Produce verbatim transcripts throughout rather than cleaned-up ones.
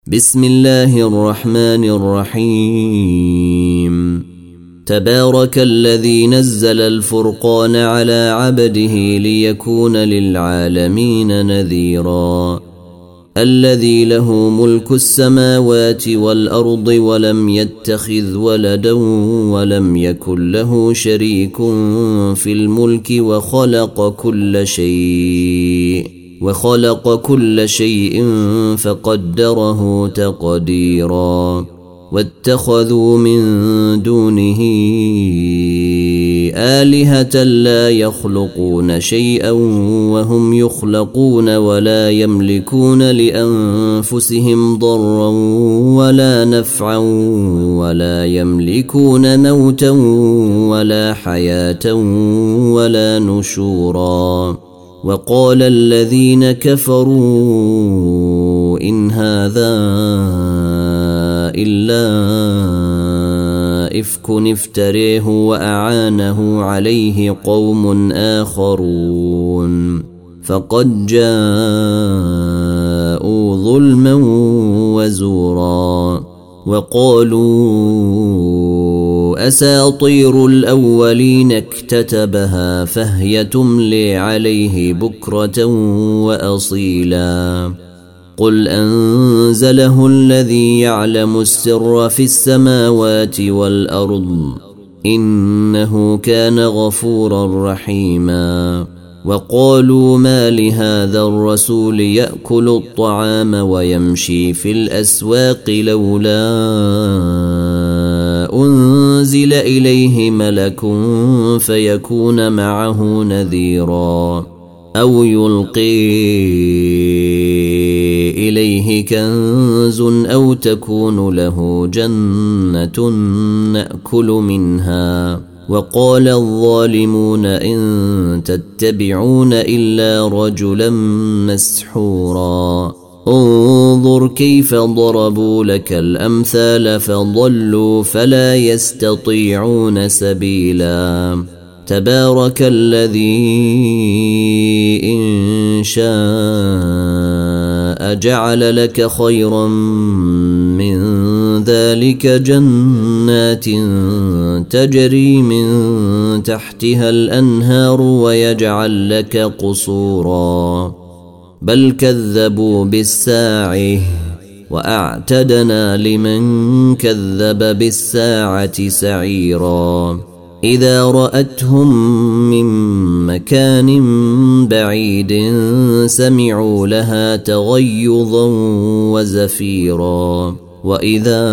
بسم الله الرحمن الرحيم تبارك الذي نزل الفرقان على عبده ليكون للعالمين نذيرا الذي له ملك السماوات والأرض ولم يتخذ ولدا ولم يكن له شريك في الملك وخلق كل شيء وخلق كل شيء فقدره تقديرا واتخذوا من دونه آلهة لا يخلقون شيئا وهم يخلقون ولا يملكون لأنفسهم ضرا ولا نفعا ولا يملكون موتا ولا حياة ولا نشورا وقال الذين كفروا إن هذا إلا إفك افتريه وأعانه عليه قوم آخرون فقد جاءوا ظلما وزورا وقالوا أساطير الأولين اكتتبها فهي تملي عليه بكرة وأصيلا قل أنزله الذي يعلم السر في السماوات والأرض إنه كان غفورا رحيما وقالوا ما لهذا الرسول يأكل الطعام ويمشي في الأسواق لولا أنزل إليه ملك فيكون معه نذيرا أو يلقي إليه كنز أو تكون له جنة نأكل منها وقال الظالمون إن تتبعون إلا رجلا مسحورا انظر كيف ضربوا لك الأمثال فضلوا فلا يستطيعون سبيلا تبارك الذي إن شاء جعل لك خيرا من ذلك جنات تجري من تحتها الأنهار ويجعل لك قصورا بل كذبوا بالساعة وأعتدنا لمن كذب بالساعة سعيرا إذا رأتهم من مكان بعيد سمعوا لها تغيظا وزفيرا وإذا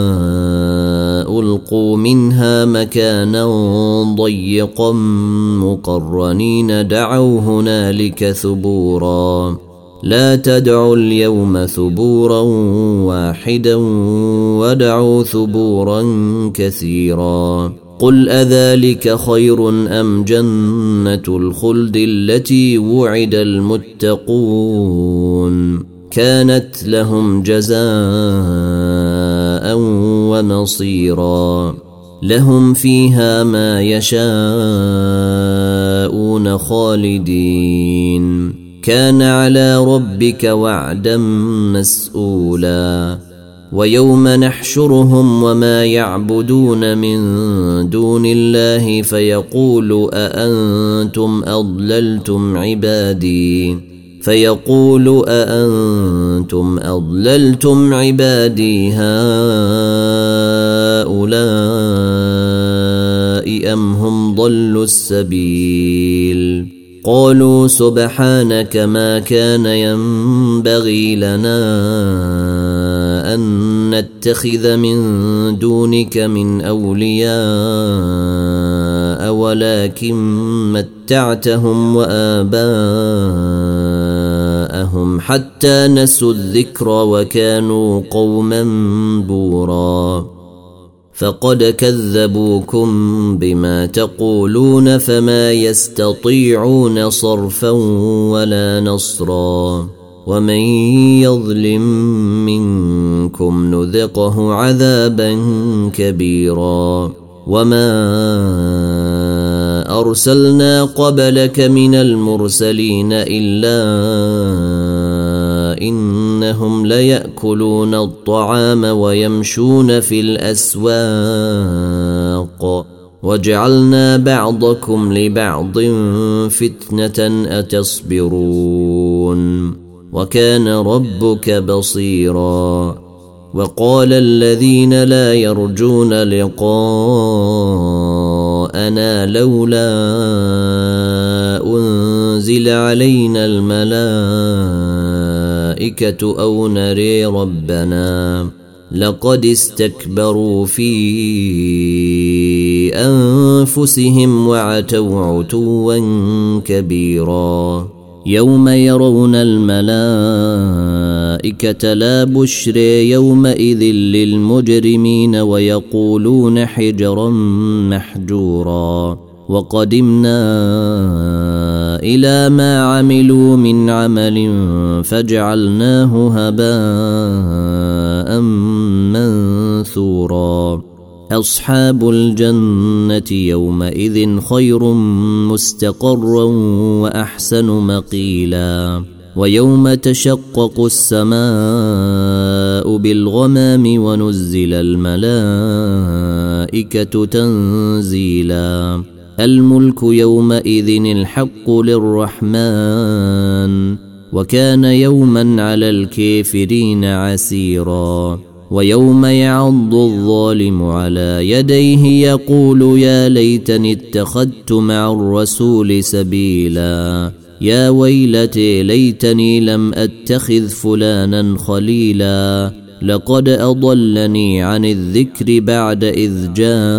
ألقوا منها مكانا ضيقا مقرنين دعوا هنالك ثبورا لا تدعوا اليوم ثبورا واحدا ودعوا ثبورا كثيرا قل أذلك خير أم جنة الخلد التي وعد المتقون كانت لهم جزاء ومصيرا لهم فيها ما يشاءون خالدين كان على ربك وعدا مسؤولا ويوم نحشرهم وما يعبدون من دون الله فيقول أأنتم أضللتم عبادي فيقول أأنتم أضللتم عبادي هؤلاء أم هم ضلوا السبيل قالوا سبحانك ما كان ينبغي لنا أن نتخذ من دونك من أولياء ولكن متعتهم وآباءهم حتى نسوا الذكر وكانوا قوما بورا فقد كذبوكم بما تقولون فما يستطيعون صرفا ولا نصرا ومن يظلم منكم نذقه عذابا كبيرا وما أرسلنا قبلك من المرسلين إلا إنهم ليأكلون الطعام ويمشون في الأسواق وجعلنا بعضكم لبعض فتنة أتصبرون وكان ربك بصيرا. وقال الذين لا يرجون لقاءنا لولا أنزل علينا الملائكة أو نري ربنا لقد استكبروا في أنفسهم وعتوا عتوا كبيرا. يوم يرون الملائكة لا بشر يومئذ للمجرمين ويقولون حجرا محجورا. وقدمنا إلى ما عملوا من عمل فجعلناه هباء منثورا. أصحاب الجنة يومئذ خير مستقرا وأحسن مقيلا. ويوم تشقق السماء بالغمام ونزل الملائكة تنزيلا. الملك يومئذ الحق للرحمن وكان يوما على الكافرين عسيرا. ويوم يعض الظالم على يديه يقول يا ليتني اتخذت مع الرسول سبيلا. يا ويلتي ليتني لم أتخذ فلانا خليلا لقد أضلني عن الذكر بعد إذ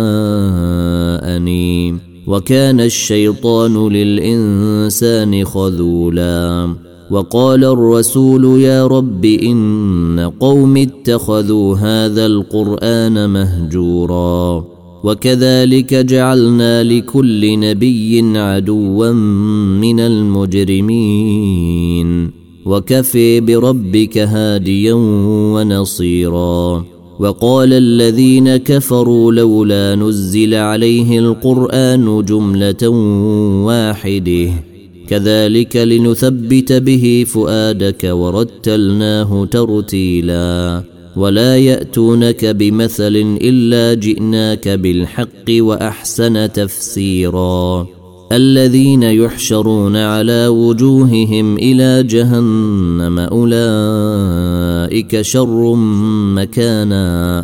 جاءني وكان الشيطان للإنسان خذولا. وقال الرسول يا رب إن قوم اتخذوا هذا القرآن مهجورا. وكذلك جعلنا لكل نبي عدوا من المجرمين وكفى بربك هاديا ونصيرا. وقال الذين كفروا لولا نزل عليه القرآن جملة واحدة كذلك لنثبت به فؤادك ورتلناه ترتيلا. ولا يأتونك بمثل إلا جئناك بالحق وأحسن تفسيرا. الذين يحشرون على وجوههم إلى جهنم أولئك شر مكانا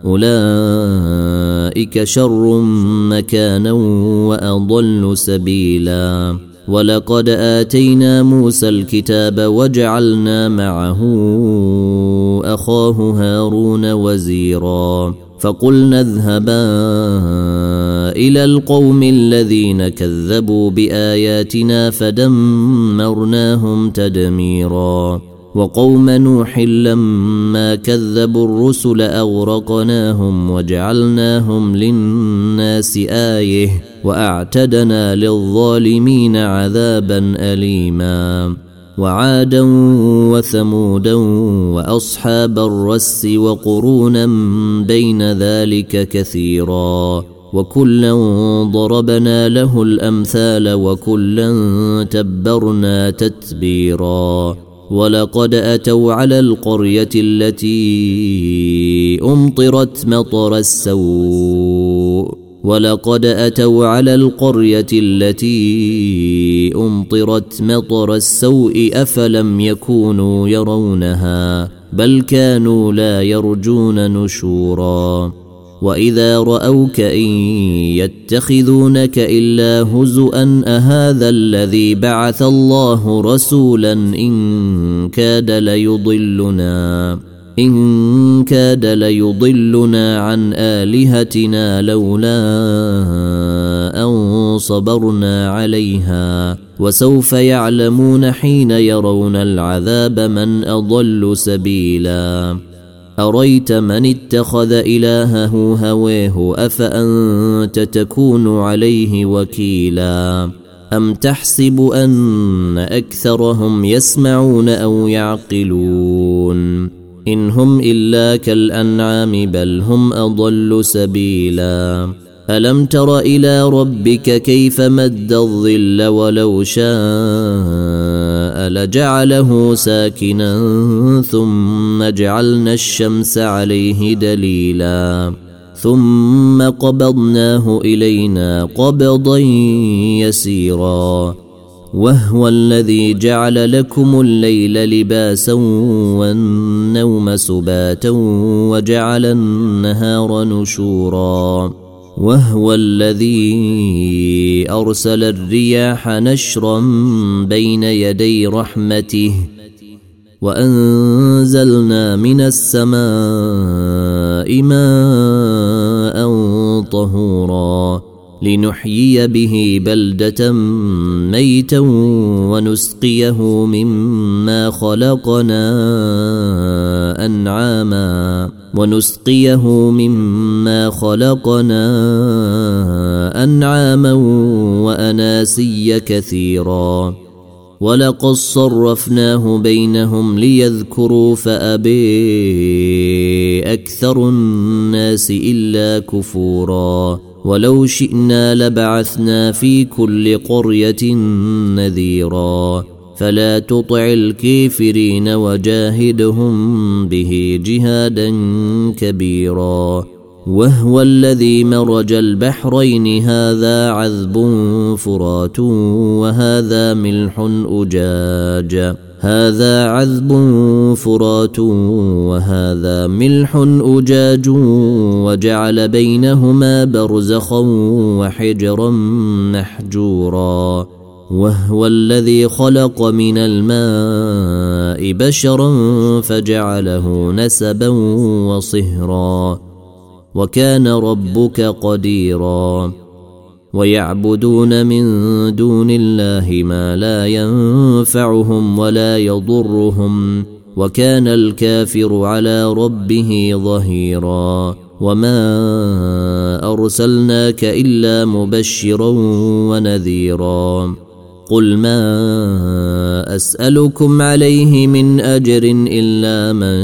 أولئك شر مكانا وأضل سبيلا. ولقد آتينا موسى الكتاب وجعلنا معه أخاه هارون وزيرا. فقلنا اذهبا إلى القوم الذين كذبوا بآياتنا فدمرناهم تدميرا. وقوم نوح لما كذبوا الرسل أغرقناهم وجعلناهم للناس آية وأعتدنا للظالمين عذابا أليما. وعادا وثمودا وأصحاب الرس وقرونا بين ذلك كثيرا. وكلا ضربنا له الأمثال وكلا تبرنا تتبيرا. ولقد أتوا على القرية التي أمطرت مطر السوء ولقد أتوا على القرية التي أمطرت مطر السوء أفلم يكونوا يرونها بل كانوا لا يرجون نشورا. وإذا رأوك إن يتخذونك إلا هزؤا أهذا الذي بعث الله رسولا إن كاد ليضلنا إن كاد ليضلنا عن آلهتنا لولا أن صبرنا عليها. وسوف يعلمون حين يرون العذاب من أضل سبيلا. أريت من اتخذ إلهه هواه أفأنت تكون عليه وكيلا. أم تحسب أن أكثرهم يسمعون أو يعقلون إن هم إلا كالأنعام بل هم أضل سبيلا. ألم تر إلى ربك كيف مد الظل ولو شاء لجعله ساكنا ثم جعلنا الشمس عليه دليلا ثم قبضناه إلينا قبضا يسيرا وهو الذي جعل لكم الليل لباسا والنوم سباتا وجعل النهار نشورا وهو الذي أرسل الرياح نشرا بين يدي رحمته وأنزلنا من السماء ماء طهورا لنحيي به بلدة ميتا ونسقيه مما خلقنا أنعاما ونسقيه مما خلقنا أنعاما وأناسيا كثيرا ولقد صرفناه بينهم ليذكروا فأبي أكثر الناس إلا كفورا ولو شئنا لبعثنا في كل قرية نذيرا فلا تطع الكافرين وجاهدهم به جهادا كبيرا وهو الذي مرج البحرين هذا عذب فرات وهذا ملح أجاج هذا عذب فرات وهذا ملح أجاج وجعل بينهما برزخا وحجرا محجورا وهو الذي خلق من الماء بشرا فجعله نسبا وصهرا وكان ربك قديرا ويعبدون من دون الله ما لا ينفعهم ولا يضرهم وكان الكافر على ربه ظهيرا وما أرسلناك إلا مبشرا ونذيرا قل ما أسألكم عليه من أجر إلا من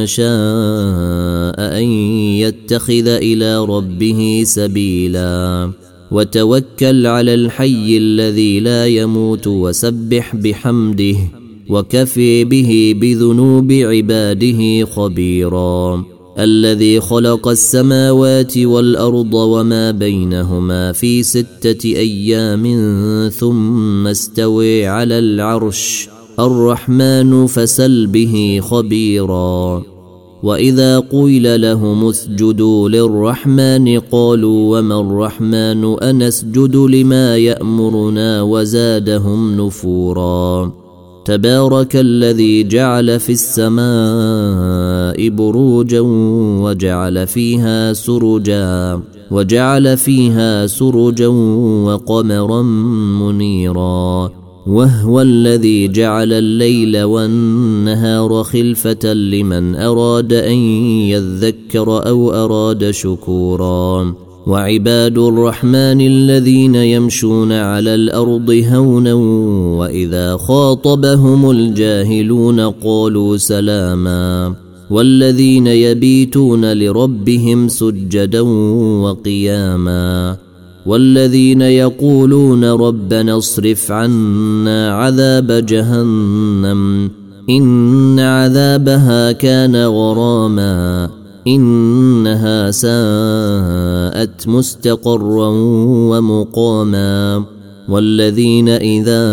شاء أن يتخذ إلى ربه سبيلا وتوكل على الحي الذي لا يموت وسبح بحمده وكفي به بذنوب عباده خبيرا الذي خلق السماوات والأرض وما بينهما في ستة أيام ثم استوى على العرش الرحمن فسل به خبيرا وإذا قيل لهم اسجدوا للرحمن قالوا وما الرحمن أنسجد لما يأمرنا وزادهم نفورا تبارك الذي جعل في السماء بروجا وجعل فيها سرجا وجعل فيها سرجا وقمرا منيرا وهو الذي جعل الليل والنهار خلفة لمن أراد أن يذكر أو أراد شكورا وعباد الرحمن الذين يمشون على الأرض هونا وإذا خاطبهم الجاهلون قالوا سلاما والذين يبيتون لربهم سجدا وقياما والذين يقولون ربنا اصرف عنا عذاب جهنم إن عذابها كان غراما إنها ساءت مستقرا ومقاما والذين إذا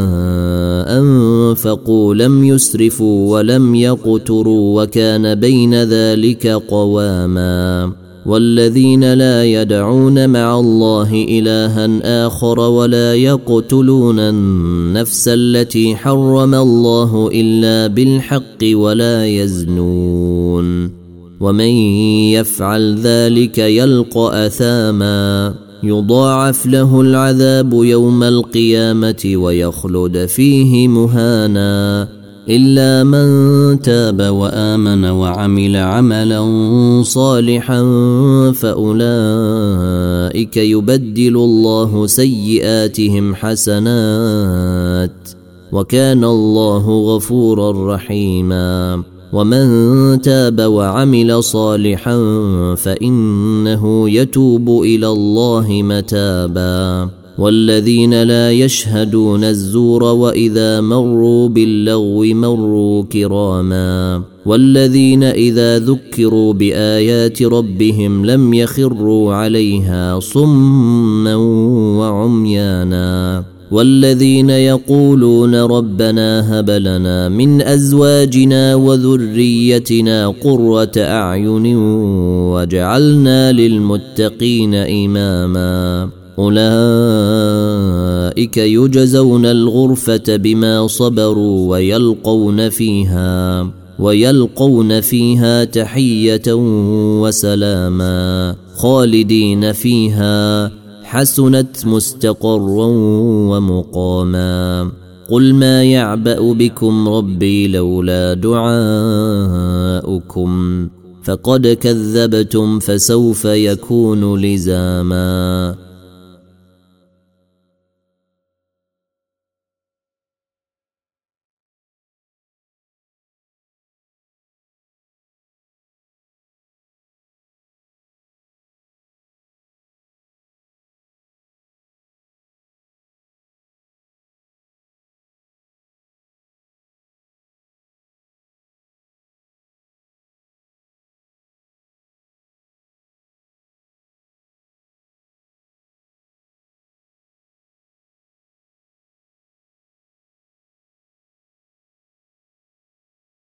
أنفقوا لم يسرفوا ولم يقتروا وكان بين ذلك قواما والذين لا يدعون مع الله إلها آخر ولا يقتلون النفس التي حرم الله إلا بالحق ولا يزنون ومن يفعل ذلك يلقى أثاما يضاعف له العذاب يوم القيامة ويخلد فيه مهانا إلا من تاب وآمن وعمل عملا صالحا فأولئك يبدل الله سيئاتهم حسنات وكان الله غفورا رحيما ومن تاب وعمل صالحا فإنه يتوب إلى الله متابا والذين لا يشهدون الزور وإذا مروا باللغو مروا كراما والذين إذا ذكروا بآيات ربهم لم يخروا عليها صما وعميانا والذين يقولون ربنا هب لنا من أزواجنا وذريتنا قرة أعين واجعلنا للمتقين إماما أولئك يجزون الغرفة بما صبروا ويلقون فيها ويلقون فيها تحية وسلاما خالدين فيها حسنت مستقرا ومقاما قل ما يعبأ بكم ربي لولا دعاؤكم فقد كذبتم فسوف يكون لزاما